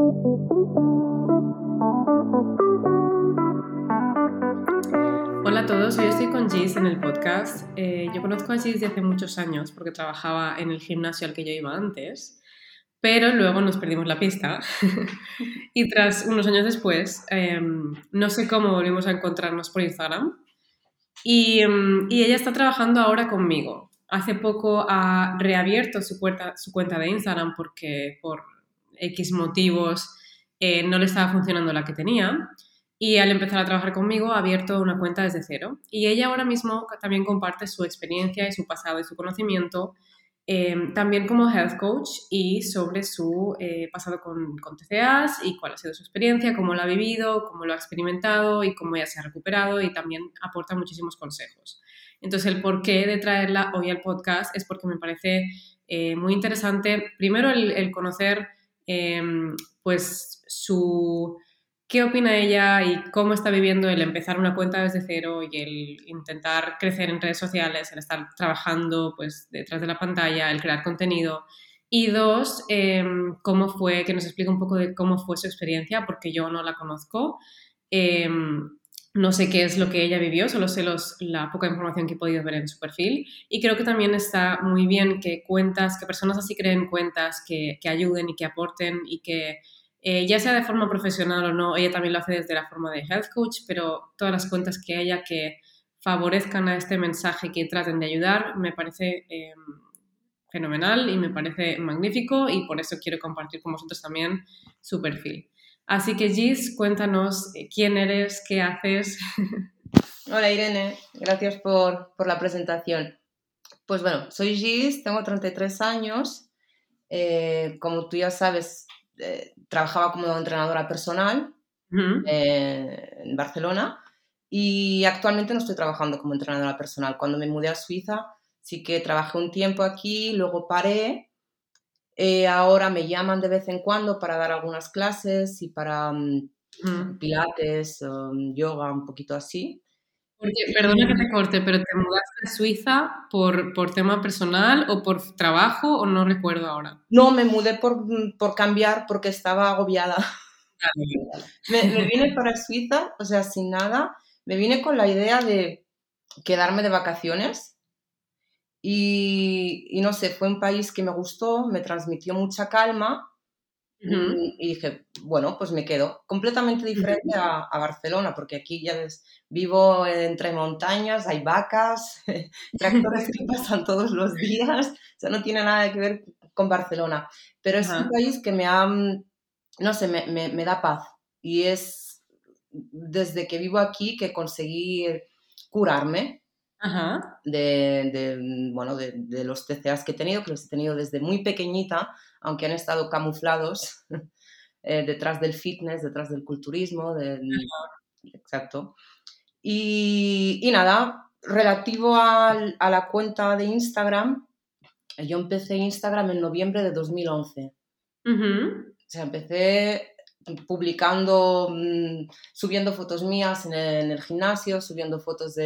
Hola a todos, hoy estoy con Gis en el podcast. Yo conozco a Gis de hace muchos años porque trabajaba en el gimnasio al que yo iba antes, pero luego nos perdimos la pista y tras unos años después, no sé cómo volvimos a encontrarnos por Instagram y ella está trabajando ahora conmigo. Hace poco ha reabierto su cuenta de Instagram porque por X motivos no le estaba funcionando la que tenía. Y al empezar a trabajar conmigo ha abierto una cuenta desde cero. Y ella ahora mismo también comparte su experiencia y su pasado y su conocimiento, también como health coach y sobre su pasado con TCAs y cuál ha sido su experiencia, cómo lo ha vivido, cómo lo ha experimentado y cómo ella se ha recuperado, y también aporta muchísimos consejos. Entonces, el porqué de traerla hoy al podcast es porque me parece muy interesante, primero el conocer eh, pues su qué opina ella y cómo está viviendo el empezar una cuenta desde cero y el intentar crecer en redes sociales, el estar trabajando pues detrás de la pantalla, el crear contenido. Y dos, cómo fue, que nos explique un poco de cómo fue su experiencia, porque yo no la conozco. Eh, no sé qué es lo que ella vivió, solo sé la poca información que he podido ver en su perfil. Y creo que también está muy bien que que personas así creen cuentas que ayuden y que aporten y que ya sea de forma profesional o no, ella también lo hace desde la forma de health coach, pero todas las cuentas que haya que favorezcan a este mensaje, que traten de ayudar, me parece fenomenal y me parece magnífico, y por eso quiero compartir con vosotros también su perfil. Así que Gis, cuéntanos quién eres, qué haces. Hola Irene, gracias por la presentación. Pues bueno, soy Gis, tengo 33 años. Como tú ya sabes, trabajaba como entrenadora personal en Barcelona, y actualmente no estoy trabajando como entrenadora personal. Cuando me mudé a Suiza sí que trabajé un tiempo aquí, luego paré. Ahora me llaman de vez en cuando para dar algunas clases y para pilates, yoga, un poquito así. Porque, perdona que te corte, pero ¿te mudaste a Suiza por tema personal o por trabajo o no recuerdo ahora? No, me mudé por cambiar porque estaba agobiada. Me vine para Suiza, o sea, sin nada. Me vine con la idea de quedarme de vacaciones y no sé, fue un país que me gustó, me transmitió mucha calma. Ujú, Y dije, bueno, pues me quedo. Completamente diferente ujú. a Barcelona, porque aquí ya ves, vivo entre montañas, hay vacas, tractores que pasan todos los días, o sea, no tiene nada que ver con Barcelona. Pero es un Ajá, país que me ha, no sé, me da paz. Y es desde que vivo aquí que conseguí curarme ajá. bueno, de los TCAs que he tenido, que los he tenido desde muy pequeñita, aunque han estado camuflados detrás del fitness, detrás del culturismo, exacto. Y nada, relativo a la cuenta de Instagram, yo empecé Instagram en noviembre de 2011. Ujú. O sea, empecé publicando, subiendo fotos mías en el gimnasio, subiendo fotos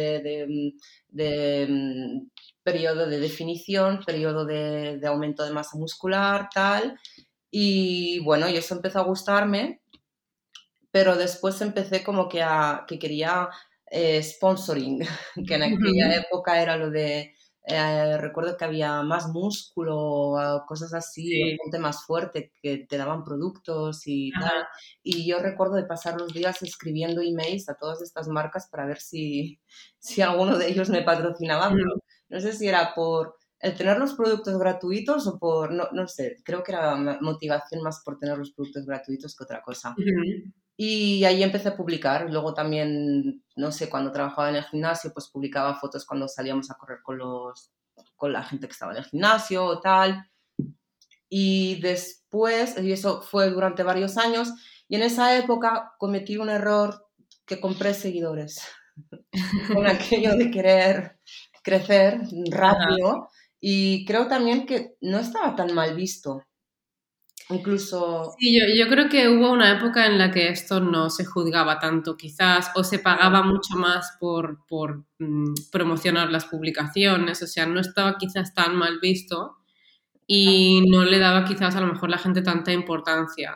de periodo de definición, periodo de aumento de masa muscular, tal. Y bueno, y eso empezó a gustarme, pero después empecé como que quería sponsoring, que en aquella Ujú. época era lo de, recuerdo que había más músculo, cosas así, Sí. gente más fuerte que te daban productos y tal. Ajá. Y yo recuerdo de pasar los días escribiendo emails a todas estas marcas para ver si alguno de ellos me patrocinaba, pero Ujú. no sé si era por el tener los productos gratuitos o por, no sé, creo que era motivación más por tener los productos gratuitos que otra cosa. Ujú. Y ahí empecé a publicar. Luego también, no sé, cuando trabajaba en el gimnasio, pues publicaba fotos cuando salíamos a correr con la gente que estaba en el gimnasio o tal. Y después, y eso fue durante varios años, y en esa época cometí un error que compré seguidores. Con aquello de querer crecer Ajá. rápido. Y creo también que no estaba tan mal visto. Incluso, Sí, yo creo que hubo una época en la que esto no se juzgaba tanto, quizás, o se pagaba mucho más por promocionar las publicaciones, o sea, no estaba quizás tan mal visto y no le daba quizás a lo mejor la gente tanta importancia.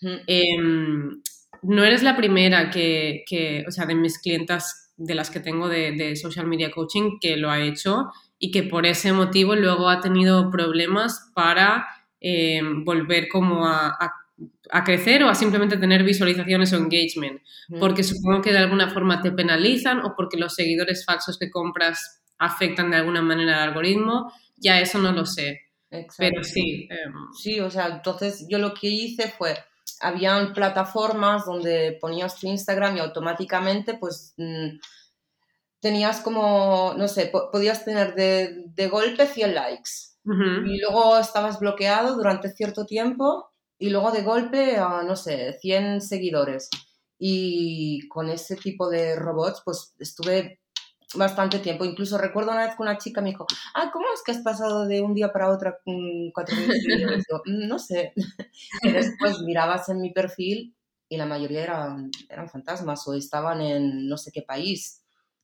No eres la primera o sea, de mis clientas, de las que tengo de social media coaching, que lo ha hecho y que por ese motivo luego ha tenido problemas para volver como a crecer o a simplemente tener visualizaciones o engagement, porque supongo que de alguna forma te penalizan o porque los seguidores falsos que compras afectan de alguna manera al algoritmo, ya eso no lo sé. Exacto. Pero sí. Sí, o sea, entonces yo lo que hice fue, habían plataformas donde ponías tu Instagram y automáticamente pues tenías como, no sé, podías tener de golpe 100 likes y luego estabas bloqueado durante cierto tiempo y luego de golpe, no sé, 100 seguidores. Y con ese tipo de robots pues estuve bastante tiempo. Incluso recuerdo una vez que una chica me dijo, ¿cómo es que has pasado de un día para otro 4.000 seguidores? Yo, no sé. Y después mirabas en mi perfil y la mayoría eran fantasmas o estaban en no sé qué país.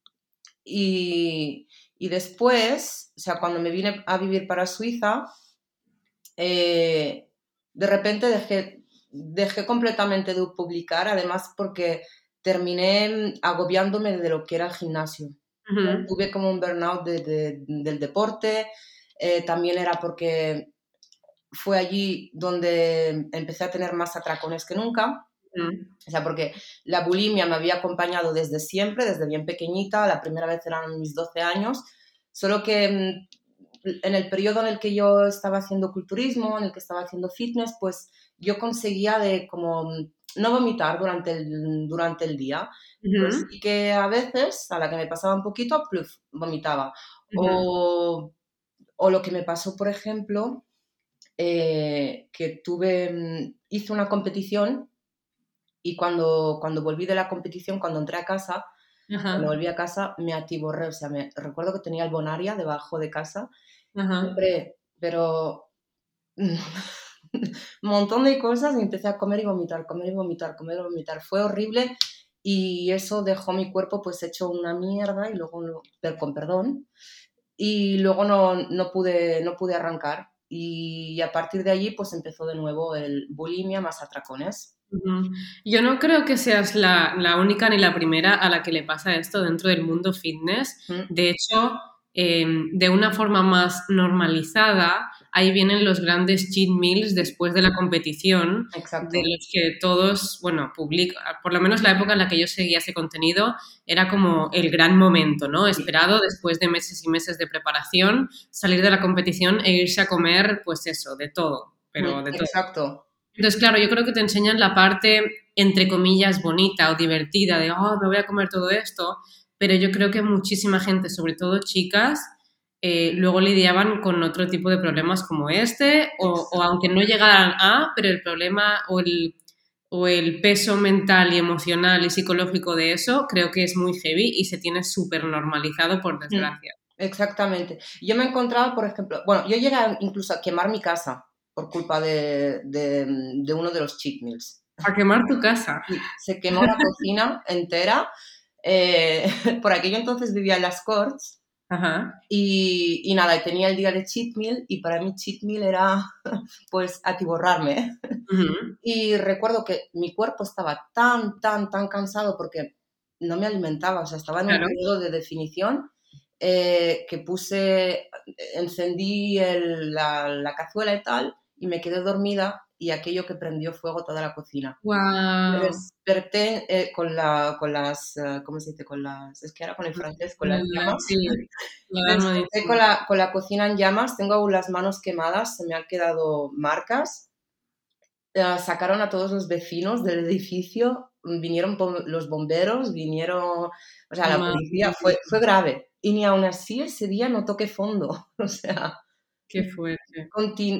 Y después, o sea, cuando me vine a vivir para Suiza, de repente dejé completamente de publicar, además porque terminé agobiándome de lo que era el gimnasio. Tuve como un burnout del deporte, también era porque fue allí donde empecé a tener más atracones que nunca. O sea, porque la bulimia me había acompañado desde siempre, desde bien pequeñita, la primera vez eran mis 12 años, solo que en el periodo en el que yo estaba haciendo culturismo, en el que estaba haciendo fitness, pues yo conseguía de como no vomitar durante el día, pero sí que a veces, a la que me pasaba un poquito, pluf, vomitaba. O lo que me pasó, por ejemplo, que hice una competición y cuando volví de la competición, cuando entré a casa, cuando volví a casa, me atiborré. O sea, recuerdo que tenía el Bonaria debajo de casa. Compré, pero un montón de cosas y empecé a comer y vomitar, comer y vomitar, comer y vomitar. Fue horrible y eso dejó mi cuerpo pues hecho una mierda y luego, con perdón, y luego no pude arrancar. Y a partir de allí pues empezó de nuevo el bulimia más atracones. Yo no creo que seas la única ni la primera a la que le pasa esto dentro del mundo fitness. De hecho, de una forma más normalizada, ahí vienen los grandes cheat meals después de la competición. Exacto. De los que todos, bueno, por lo menos la época en la que yo seguía ese contenido, era como el gran momento, ¿no? Esperado después de meses y meses de preparación, salir de la competición e irse a comer, pues eso, de todo, pero de todo. Exacto. Entonces, claro, yo creo que te enseñan la parte, entre comillas, bonita o divertida de, me voy a comer todo esto, pero yo creo que muchísima gente, sobre todo chicas, luego lidiaban con otro tipo de problemas como este, o aunque no llegaran pero el problema o el peso mental y emocional y psicológico de eso creo que es muy heavy y se tiene súper normalizado, por desgracia. Exactamente. Yo me encontraba, por ejemplo, bueno, yo llegué incluso a quemar mi casa por culpa de uno de los cheat meals. A quemar tu casa. Sí, se quemó la cocina entera. Por aquello entonces vivía en las Corts. Y nada, y tenía el día de cheat meal y para mí cheat meal era pues atiborrarme. Y recuerdo que mi cuerpo estaba tan cansado porque no me alimentaba, o sea, estaba en un periodo de definición, que encendí la cazuela y tal y me quedé dormida y aquello que prendió fuego toda la cocina. Wow. Me desperté con las, ¿cómo se dice? Es que ahora con el francés, con las llamas. Sí, me desperté con la cocina en llamas, tengo aún las manos quemadas, se me han quedado marcas. Sacaron a todos los vecinos del edificio, vinieron los bomberos, o sea, la policía, fue grave. Y ni aún así ese día no toqué fondo. O sea, qué fuerte.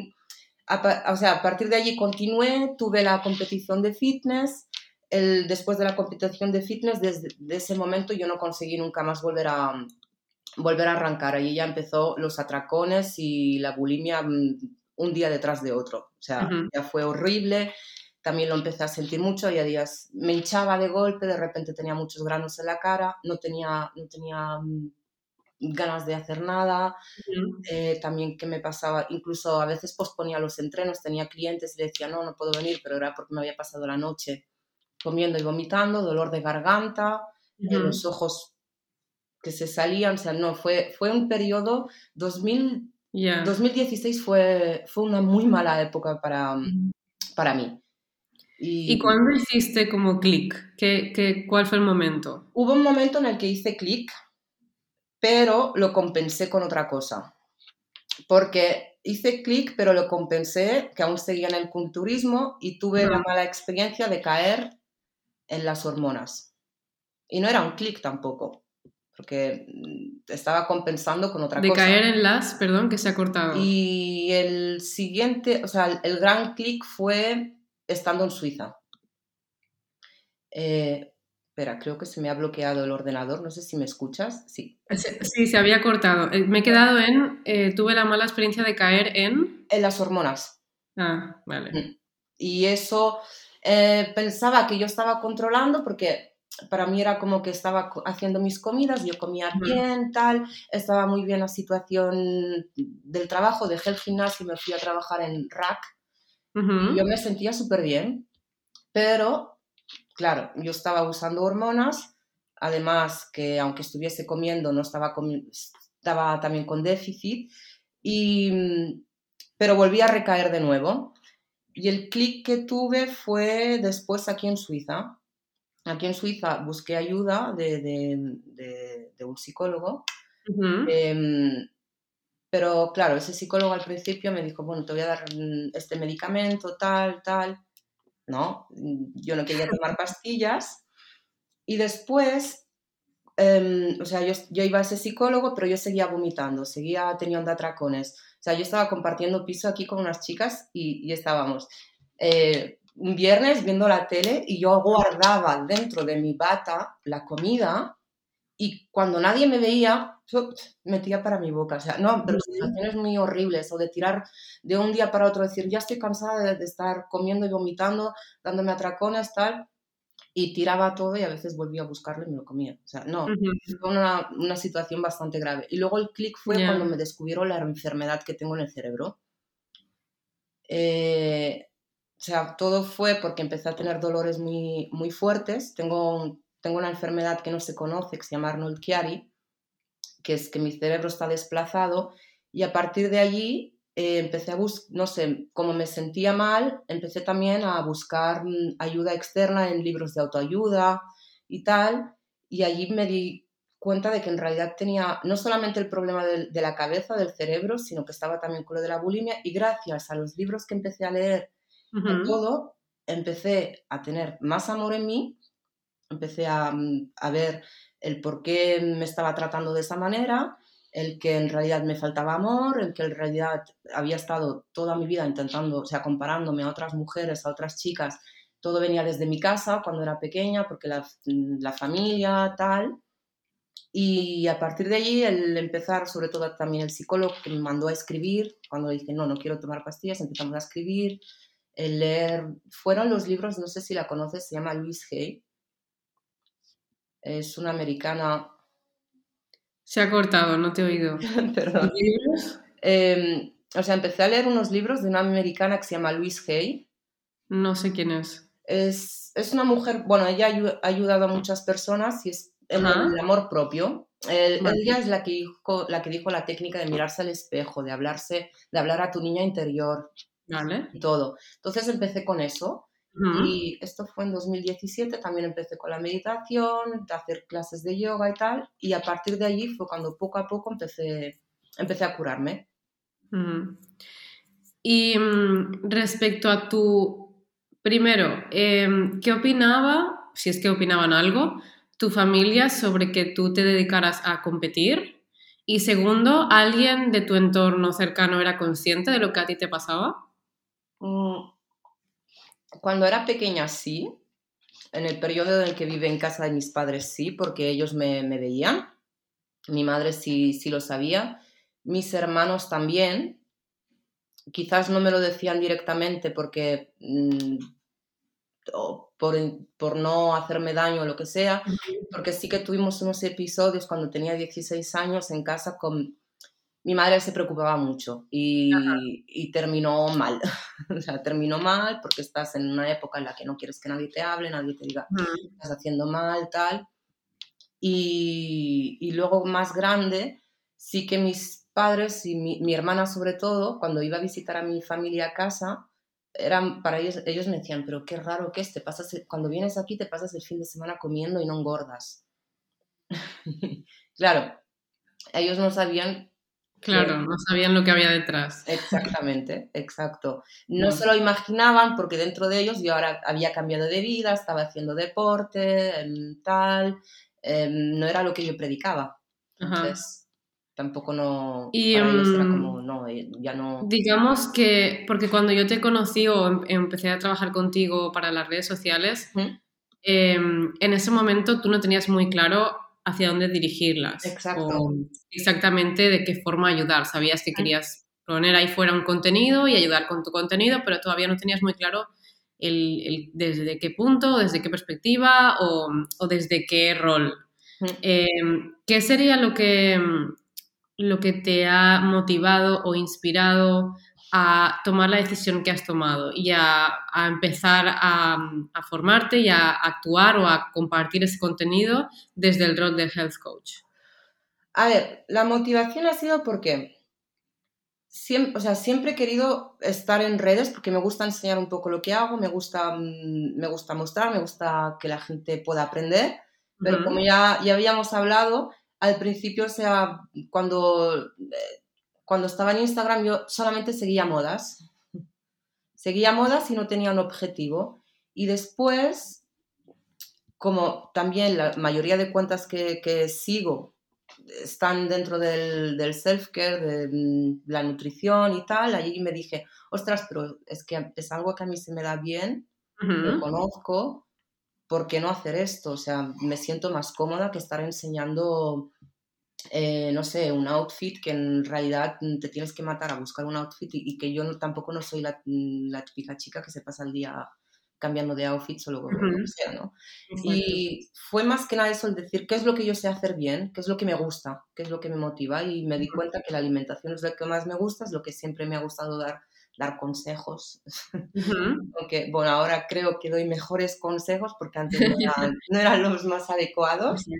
O sea, a partir de allí continué, tuve la competición de fitness. Después de la competición de fitness, desde ese momento yo no conseguí nunca más volver a arrancar. Allí ya empezó los atracones y la bulimia un día detrás de otro. O sea, ya fue horrible. También lo empecé a sentir mucho. Había días, me hinchaba de golpe, de repente tenía muchos granos en la cara, no tenía ganas de hacer nada. Ujú. También que me pasaba, incluso a veces posponía los entrenos, tenía clientes y le decía, no puedo venir, pero era porque me había pasado la noche comiendo y vomitando, dolor de garganta, los Ujú. ojos que se salían, o sea, no, fue un periodo, 2016 fue una muy mala época Ujú. para mí. ¿Y Y cuándo hiciste como clic? ¿Cuál fue el momento? hubo un momento en el que hice clic, pero lo compensé con otra cosa. Porque hice clic, pero lo compensé, que aún seguía en el culturismo y tuve la Ujú. mala experiencia de caer en las hormonas. Y no era un clic tampoco, porque estaba compensando con otra De cosa. caer en las, perdón, que se ha cortado. Y el siguiente, o sea, el gran clic fue estando en Suiza. Espera, creo que se me ha bloqueado el ordenador, no sé si me escuchas. Sí. Sí, se había cortado. Me he quedado en, tuve la mala experiencia de caer en... En las hormonas. Ah, vale. Y eso pensaba que yo estaba controlando porque para mí era como que estaba haciendo mis comidas, yo comía Ujú. bien, tal, estaba muy bien la situación del trabajo, dejé el gimnasio y me fui a trabajar en RAC y yo Ujú. me sentía súper bien, pero claro, yo estaba usando hormonas, además que aunque estuviese comiendo no estaba también con déficit, y, pero volví a recaer de nuevo. Y el clic que tuve fue después aquí en Suiza. Aquí en Suiza busqué ayuda de un psicólogo, Ujú. eh, pero claro, ese psicólogo al principio me dijo, bueno, te voy a dar este medicamento, tal, tal. No, yo no quería tomar pastillas. Y después, o sea, yo iba a ese psicólogo, pero yo seguía vomitando, seguía teniendo atracones. O sea, yo estaba compartiendo piso aquí con unas chicas y estábamos un viernes viendo la tele y yo guardaba dentro de mi bata la comida y cuando nadie me veía, yo metía para mi boca. O sea, no, pero Ujú. situaciones muy horribles o de tirar de un día para otro, decir, ya estoy cansada de estar comiendo y vomitando, dándome atracones, tal, y tiraba todo y a veces volvía a buscarlo y me lo comía. O sea, no, Ujú. fue una situación bastante grave. Y luego el clic fue cuando Ya. me descubrieron la enfermedad que tengo en el cerebro. Eh, o sea, todo fue porque empecé a tener dolores muy, muy fuertes. Tengo una enfermedad que no se conoce, que se llama Arnold-Chiari, que es que mi cerebro está desplazado y a partir de allí empecé a buscar, no sé, como me sentía mal, empecé también a buscar ayuda externa en libros de autoayuda y tal, y allí me di cuenta de que en realidad tenía no solamente el problema de la cabeza, del cerebro, sino que estaba también con lo de la bulimia y gracias a los libros que empecé a leer, a Ujú. todo, empecé a tener más amor en mí, empecé a ver el por qué me estaba tratando de esa manera, el que en realidad me faltaba amor, el que en realidad había estado toda mi vida intentando, o sea, comparándome a otras mujeres, a otras chicas, todo venía desde mi casa cuando era pequeña, porque la familia, tal. Y a partir de allí, el empezar, sobre todo también el psicólogo que me mandó a escribir, cuando dije, no quiero tomar pastillas, empezamos a escribir, el leer, fueron los libros, no sé si la conoces, se llama Louise Hay, es una americana. Se ha cortado, no te he oído. Perdón. ¿Libros? O sea, empecé a leer unos libros de una americana que se llama Louise Hay. No sé quién es. Es una mujer, bueno, ella ha ayudado a muchas personas y es en el Ajá. amor propio. Ella Vale. es la que dijo la técnica de mirarse al espejo, de hablar a tu niña interior Vale. y todo. Entonces empecé con eso Ujú. y esto fue en 2017, también empecé con la meditación, de hacer clases de yoga y tal, y a partir de allí fue cuando poco a poco empecé a curarme. Ujú. Y respecto a tu, primero, ¿qué opinaba, si es que opinaban algo, tu familia sobre que tú te dedicaras a competir? Y segundo, ¿alguien de tu entorno cercano era consciente de lo que a ti te pasaba? Mm, Cuando era pequeña sí, en el periodo en el que viví en casa de mis padres sí, porque ellos me veían, mi madre sí lo sabía, mis hermanos también, quizás no me lo decían directamente porque por no hacerme daño o lo que sea, Ujú. porque sí que tuvimos unos episodios cuando tenía 16 años en casa con... Mi madre se preocupaba mucho y terminó mal. O sea, terminó mal porque estás en una época en la que no quieres que nadie te hable, nadie te diga, Ujú. estás haciendo mal, tal. Y luego más grande, sí que mis padres y mi hermana sobre todo, cuando iba a visitar a mi familia a casa, eran para ellos me decían, pero qué raro que es, cuando vienes aquí te pasas el fin de semana comiendo y no engordas. Claro, ellos no sabían que Claro, no sabían lo que había detrás. exactamente, exacto. No se Mm. lo imaginaban porque dentro de ellos yo ahora había cambiado de vida, estaba haciendo deporte, tal, no era lo que yo predicaba. Ajá. Entonces, tampoco no, Y para ellos era como, no, ya no. digamos que, porque cuando yo te conocí o empecé a trabajar contigo para las redes sociales, Ujú. en ese momento tú no tenías muy claro hacia dónde dirigirlas Exacto. o exactamente de qué forma ayudar. Sabías que Ujú. querías poner ahí fuera un contenido y ayudar con tu contenido, pero todavía no tenías muy claro desde qué punto, desde qué perspectiva o desde qué rol. Ujú. ¿Qué sería lo que te ha motivado o inspirado a tomar la decisión que has tomado y a empezar a formarte y a actuar o a compartir ese contenido desde el rol de health coach? A ver, la motivación ha sido porque siempre, o sea, siempre he querido estar en redes porque me gusta enseñar un poco lo que hago, me gusta mostrar, me gusta que la gente pueda aprender, pero como Ujú. ya habíamos hablado, al principio, o sea, cuando estaba en Instagram yo solamente seguía modas y no tenía un objetivo. Y después, como también la mayoría de cuentas que sigo están dentro del self-care, de la nutrición y tal, allí me dije, ostras, pero es que es algo que a mí se me da bien, lo Ujú. conozco, ¿por qué no hacer esto? O sea, me siento más cómoda que estar enseñando, no sé, un outfit que en realidad te tienes que matar a buscar un outfit y que yo tampoco no soy la típica chica que se pasa el día cambiando de outfits o lo que Ujú. sea, ¿no? Exacto. Y fue más que nada eso, el decir qué es lo que yo sé hacer bien, qué es lo que me gusta, qué es lo que me motiva y me di cuenta que la alimentación es lo que más me gusta, es lo que siempre me ha gustado dar consejos. Ujú. Aunque, bueno, ahora creo que doy mejores consejos porque antes no eran los más adecuados.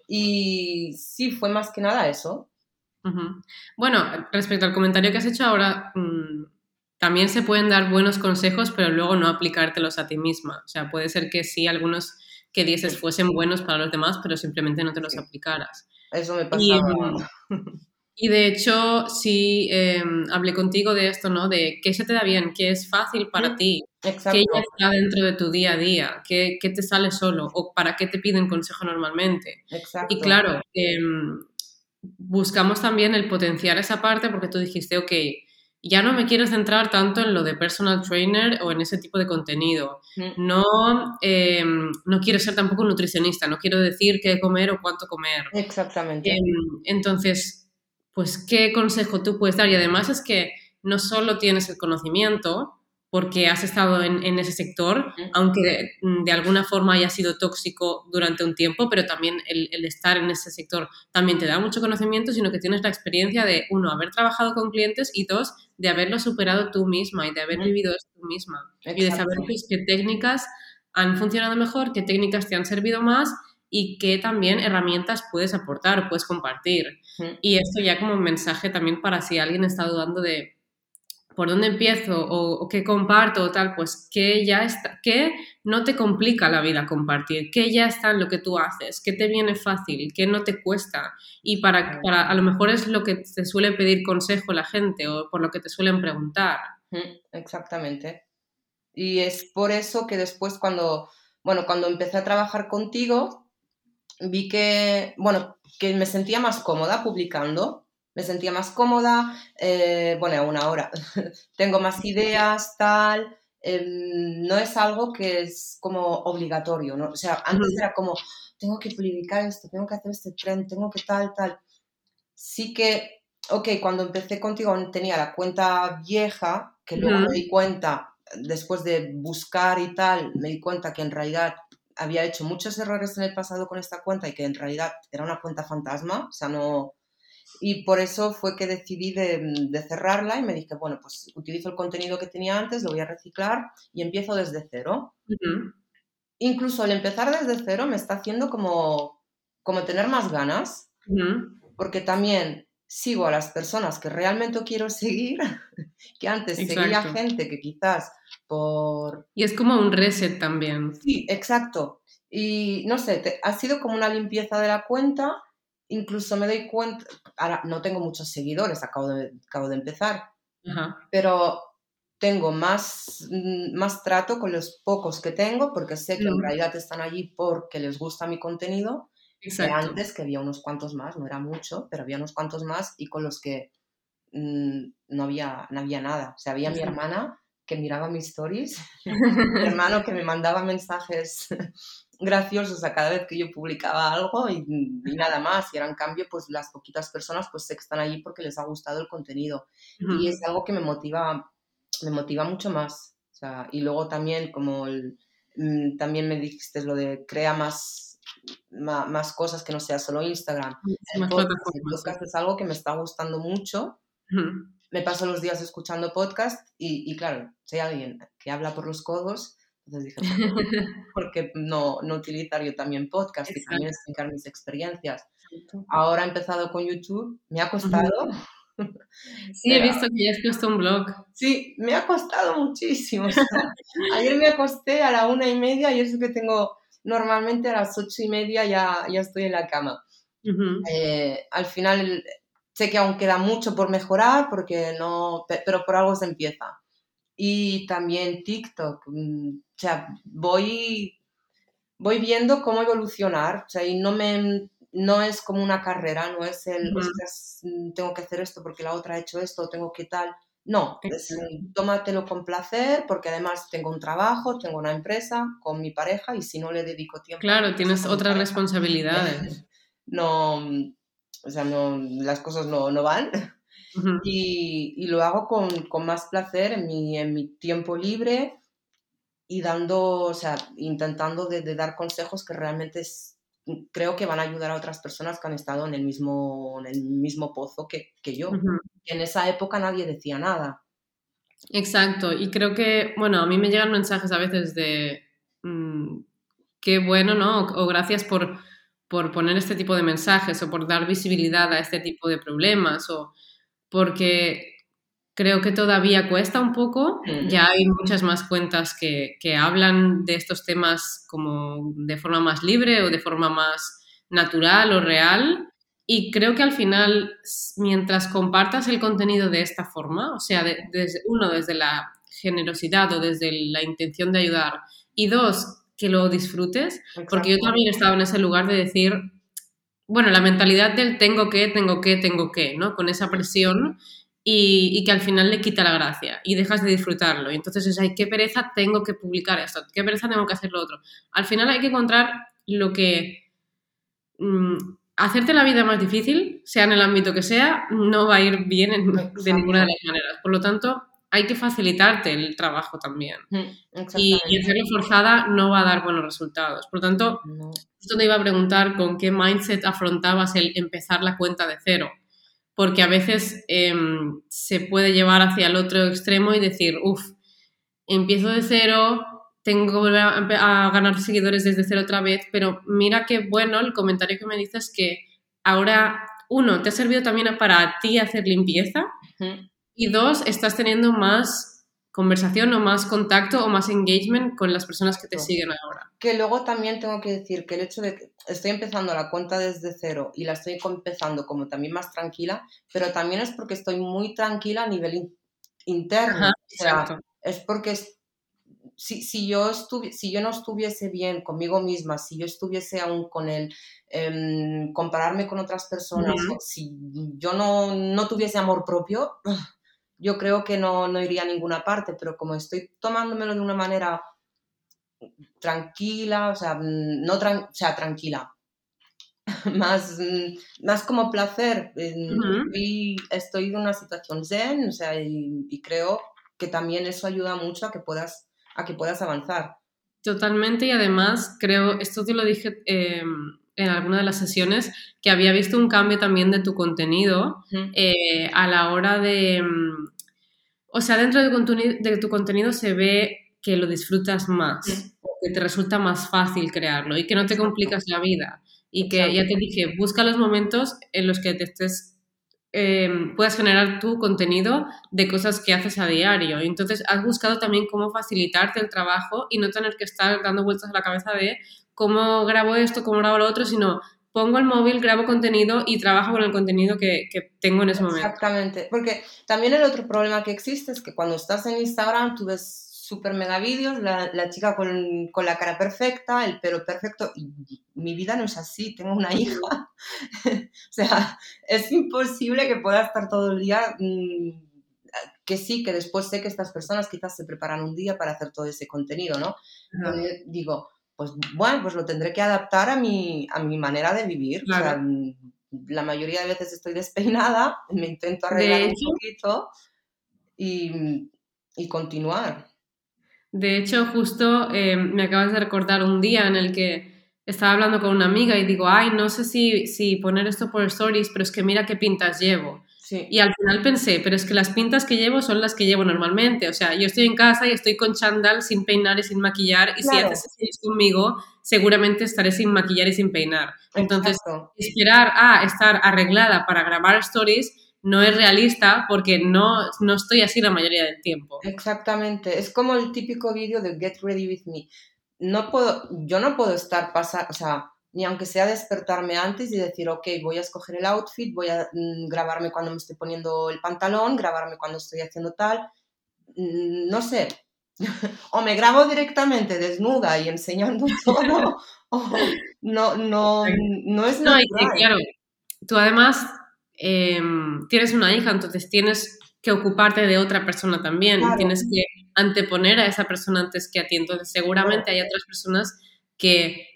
Y sí, fue más que nada eso. Ujú. Bueno, respecto al comentario que has hecho ahora, también se pueden dar buenos consejos, pero luego no aplicártelos a ti misma. O sea, puede ser que sí, algunos que dieses Sí, fuesen buenos para los demás, pero simplemente no te los sí, aplicaras. eso me Y, pasaba. y de hecho, sí, hablé contigo de esto, ¿no? De qué se te da bien, qué es fácil para Mm, ti, qué ya exacto, está dentro de tu día a día, qué te sale solo o para qué te piden consejo normalmente. Y exacto. claro, buscamos también el potenciar esa parte porque tú dijiste, ok, ya no me quiero centrar tanto en lo de personal trainer o en ese tipo de contenido. Mm, No, no quiero ser tampoco un nutricionista, no quiero decir qué comer o cuánto comer. exactamente. Entonces, pues, ¿qué consejo tú puedes dar? Y además es que no solo tienes el conocimiento, porque has estado en ese sector, Mm, aunque de alguna forma haya sido tóxico durante un tiempo, pero también el estar en ese sector también te da mucho conocimiento, sino que tienes la experiencia de, uno, haber trabajado con clientes y dos, de haberlo superado tú misma y de haber mm, vivido eso tú misma y de saber exacto. pues, qué técnicas han funcionado mejor, qué técnicas te han servido más y qué también herramientas puedes aportar o puedes compartir. Mm, Y esto ya como mensaje también para si alguien está dudando de por dónde empiezo o qué comparto o tal, pues que ya está, que no te complica la vida compartir, que ya está en lo que tú haces, que te viene fácil, que no te cuesta y para a lo mejor es lo que te suele pedir consejo la gente o por lo que te suelen preguntar. exactamente. Y es por eso que después bueno, cuando empecé a trabajar contigo, vi que, bueno, que me sentía más cómoda publicando, me sentía más cómoda, bueno, aún ahora tengo más ideas, tal, no es algo que es como obligatorio, ¿no? O sea, antes Ujú. era como, tengo que publicar esto, tengo que hacer este trend, tengo que tal, tal. Sí que, ok, cuando empecé contigo tenía la cuenta vieja, que luego me Ujú. di cuenta, después de buscar y tal, me di cuenta que en realidad había hecho muchos errores en el pasado con esta cuenta y que en realidad era una cuenta fantasma, o sea, no... Y por eso fue que decidí de cerrarla y me dije, bueno, pues utilizo el contenido que tenía antes, lo voy a reciclar y empiezo desde cero. Ujú. Incluso el empezar desde cero me está haciendo como tener más ganas, Ujú. porque también sigo a las personas que realmente quiero seguir, que antes seguía Exacto. gente que quizás por... Y es como un reset también. Sí, exacto. Y no sé, ha sido como una limpieza de la cuenta. Incluso me doy cuenta, ahora no tengo muchos seguidores, acabo de empezar, Ajá. pero tengo más trato con los pocos que tengo porque sé que en Mm, realidad están allí porque les gusta mi contenido, que exacto. antes, que había unos cuantos más, no era mucho, pero había unos cuantos más y con los que no había nada. O sea, había mi Exacto. hermana que miraba mis stories, mi hermano que me mandaba mensajes graciosos a cada vez que yo publicaba algo y nada más. Y ahora, en cambio, pues las poquitas personas pues sé que están allí porque les ha gustado el contenido. Y es Ujú. algo que me motiva mucho más. O sea, y luego también, también me dijiste lo de crea más cosas que no sea solo Instagram. Sí, El más podcast, el plataformas, sí. podcast es algo que me está gustando mucho. Ujú. Me paso los días escuchando podcast y claro, si hay alguien que habla por los codos, entonces dije, ¿por qué no utilizar yo también podcast y también Exacto. explicar mis experiencias? Ahora he empezado con YouTube, me ha costado, Ujú. Sí, he pero visto que ya has puesto un blog. sí, me ha costado muchísimo. O sea, ayer me acosté a la 1:30 y eso que tengo normalmente a las 8:30 ya estoy en la cama. Ujú. Al final sé que aún queda mucho por mejorar porque no, pero por algo se empieza. Y también TikTok, o sea, voy viendo cómo evolucionar, o sea, y no es como una carrera, no es Ujú. ostras, tengo que hacer esto porque la otra ha hecho esto, tengo que tal. No, es Exacto. tómatelo con placer porque además tengo un trabajo, tengo una empresa con mi pareja y si no le dedico tiempo a mi Claro, empresa tienes con mi otras pareja, responsabilidades. no, o sea, no, las cosas no van. Ujú. Y lo hago con más placer en mi tiempo libre y o sea, intentando de dar consejos que realmente creo que van a ayudar a otras personas que han estado en el mismo pozo que yo. Ujú. Que en esa época nadie decía nada. Exacto. Y creo que, bueno, a mí me llegan mensajes a veces de mm, qué bueno, ¿no? O gracias por poner este tipo de mensajes o por dar visibilidad a este tipo de problemas o porque creo que todavía cuesta un poco. Mm, Ya hay muchas más cuentas que hablan de estos temas como de forma más libre o de forma más natural o real. Y creo que al final, mientras compartas el contenido de esta forma, o sea, desde la generosidad o desde la intención de ayudar, y dos, que lo disfrutes, porque yo exacto. también estaba en ese lugar de decir, bueno, la mentalidad del tengo que, ¿no? Con esa presión y que al final le quita la gracia y dejas de disfrutarlo. Y entonces es, ay, qué pereza, tengo que publicar esto, qué pereza, tengo que hacer lo otro. Al final hay que encontrar lo que... hacerte la vida más difícil, sea en el ámbito que sea, no va a ir bien de ninguna de Exacto. las maneras. Por lo tanto, hay que facilitarte el trabajo también. Y Exactamente. hacerlo forzada no va a dar buenos resultados. Por lo tanto, No. esto te iba a preguntar con qué mindset afrontabas el empezar la cuenta de cero, porque a veces se puede llevar hacia el otro extremo y decir, uff, empiezo de cero, tengo que volver a ganar seguidores desde cero otra vez, pero mira qué bueno el comentario que me dices que ahora, uno, te ha servido también para ti hacer limpieza Ujú. y dos, estás teniendo más conversación o más contacto o más engagement con las personas que te Exacto. siguen ahora. Que luego también tengo que decir que el hecho de que estoy empezando la cuenta desde cero y la estoy empezando como también más tranquila, pero también es porque estoy muy tranquila a nivel interno. Ajá, O sea, exacto. es porque si yo no estuviese bien conmigo misma, si yo estuviese aún con el compararme con otras personas, o Ujú. si yo no tuviese amor propio, yo creo que no iría a ninguna parte, pero como estoy tomándomelo de una manera tranquila, o sea, o sea, tranquila, más como placer. Ujú. Estoy en una situación zen, o sea, y creo que también eso ayuda mucho a que puedas avanzar. Totalmente, y además creo, esto te lo dije en alguna de las sesiones, que había visto un cambio también de tu contenido a la hora de... o sea, dentro de tu contenido se ve que lo disfrutas más, que te resulta más fácil crearlo y que no te Exacto, complicas la vida. Y que ya te exacto. dije, busca los momentos en los que puedas generar tu contenido de cosas que haces a diario. Y entonces has buscado también cómo facilitarte el trabajo y no tener que estar dando vueltas a la cabeza de cómo grabo esto, cómo grabo lo otro, sino pongo el móvil, grabo contenido y trabajo con el contenido que tengo en ese momento. Exactamente, porque también el otro problema que existe es que cuando estás en Instagram tú ves súper mega vídeos, la chica con la cara perfecta, el pelo perfecto, y mi vida no es así, tengo una hija, o sea, es imposible que pueda estar todo el día, que sí, que después sé que estas personas quizás se preparan un día para hacer todo ese contenido, ¿no? Pero Ajá. yo digo, pues bueno, pues lo tendré que adaptar a mi manera de vivir, o sea, Claro. la mayoría de veces estoy despeinada, me intento arreglar De un hecho, poquito y continuar. justo me acabas de recordar un día en el que estaba hablando con una amiga y digo, ay, no sé si poner esto por stories, pero es que mira qué pintas llevo. Sí, Y al final pensé, pero es que las pintas que llevo son las que llevo normalmente. O sea, yo estoy en casa y estoy con chándal, sin peinar y sin maquillar, y si haces claro, stories conmigo, seguramente estaré sin maquillar y sin peinar. Entonces, exacto, esperar a estar arreglada para grabar stories no es realista porque no estoy así la mayoría del tiempo. exactamente. Es como el típico vídeo de Get Ready With Me. Yo no puedo estar o sea, ni aunque sea despertarme antes y decir, ok, voy a escoger el outfit, voy a grabarme cuando me estoy poniendo el pantalón, grabarme cuando estoy haciendo tal, no sé, o me grabo directamente desnuda y enseñando todo, o no es No, y que natural. claro, tú además tienes una hija, entonces tienes que ocuparte de otra persona también, Claro, tienes que anteponer a esa persona antes que a ti. Entonces seguramente claro. hay otras personas que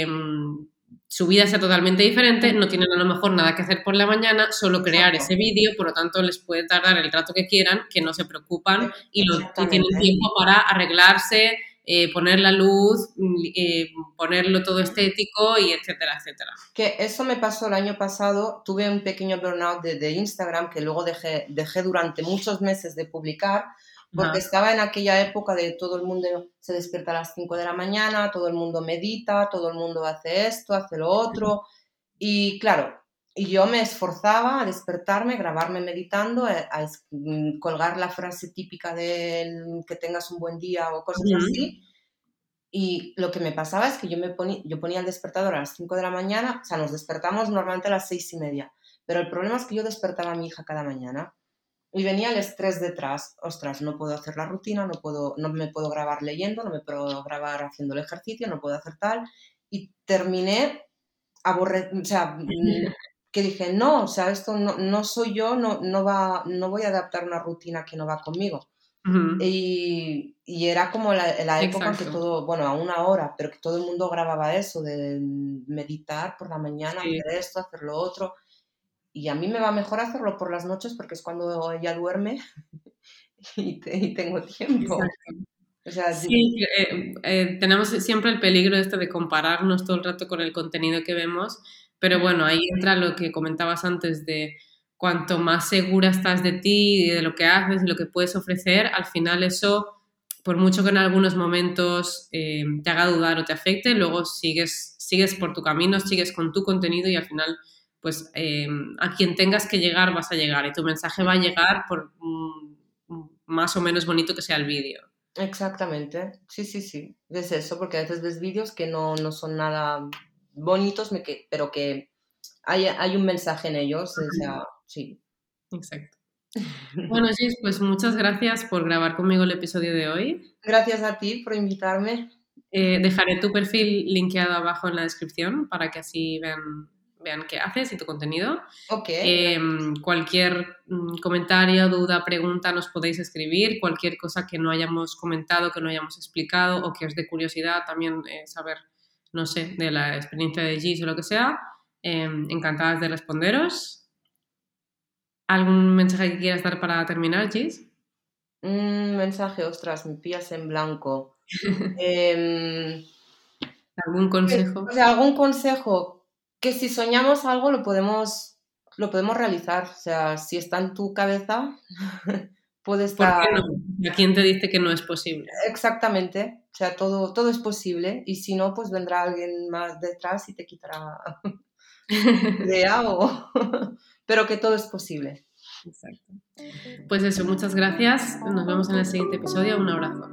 su vida sea totalmente diferente, no tienen a lo mejor nada que hacer por la mañana, solo crear Exacto, ese vídeo, por lo tanto les puede tardar el rato que quieran, que no se preocupan y tienen exactamente. tiempo para arreglarse, poner la luz, ponerlo todo estético y etcétera, etcétera. Que eso me pasó el año pasado, tuve un pequeño burnout de Instagram que luego dejé durante muchos meses de publicar porque Ajá. estaba en aquella época de todo el mundo se despierta a las 5 de la mañana, todo el mundo medita, todo el mundo hace esto, hace lo otro y claro, y yo me esforzaba a despertarme, grabarme meditando, colgar la frase típica de que tengas un buen día o cosas Ujú. así. Y lo que me pasaba es que yo ponía el despertador a las 5 de la mañana, o sea, nos despertamos normalmente a las 6:30, pero el problema es que yo despertaba a mi hija cada mañana y venía el estrés detrás. Ostras, no puedo hacer la rutina, no me puedo grabar leyendo, no me puedo grabar haciendo el ejercicio, no puedo hacer tal. Y terminé o sea, que dije, no, o sea, esto no soy yo, no voy a adaptar una rutina que no va conmigo. Ujú. Y era como la época en que Exacto. todo, bueno, a una hora, pero que todo el mundo grababa eso, de meditar por la mañana, Sí. hacer esto, hacer lo otro. Y a mí me va mejor hacerlo por las noches porque es cuando ella duerme y tengo tiempo. Exacto. O sea, Sí, tenemos siempre el peligro este de compararnos todo el rato con el contenido que vemos, pero bueno, ahí entra lo que comentabas antes de cuanto más segura estás de ti y de lo que haces y lo que puedes ofrecer, al final eso, por mucho que en algunos momentos te haga dudar o te afecte, luego sigues por tu camino, sigues con tu contenido y al final, pues a quien tengas que llegar vas a llegar y tu mensaje va a llegar por más o menos bonito que sea el vídeo. exactamente. Sí, sí, sí. Es eso, porque a veces ves vídeos que no son nada bonitos, pero que hay un mensaje en ellos. O sea, sí. Exacto. Bueno, Gis, pues muchas gracias por grabar conmigo el episodio de hoy. Gracias a ti por invitarme. Dejaré tu perfil linkeado abajo en la descripción para que así vean qué haces y tu contenido. Ok, Cualquier comentario, duda, pregunta nos podéis escribir. Cualquier cosa que no hayamos comentado, que no hayamos explicado o que os dé curiosidad también saber, no sé, de la experiencia de Gis o lo que sea. Encantadas de responderos. ¿Algún mensaje que quieras dar para terminar, Gis? Un mensaje, ostras, me pillas en blanco. Em, ¿Algún consejo? o sea, algún consejo, que si soñamos algo lo podemos realizar. O sea, si está en tu cabeza, puede ¿Por estar qué no? ¿A quién te dice que no es posible? exactamente. O sea, todo es posible. Y si no, pues vendrá alguien más detrás y te quitará idea o... Pero que todo es posible. Exacto. Pues eso, muchas gracias. Nos vemos en el siguiente episodio. Un abrazo.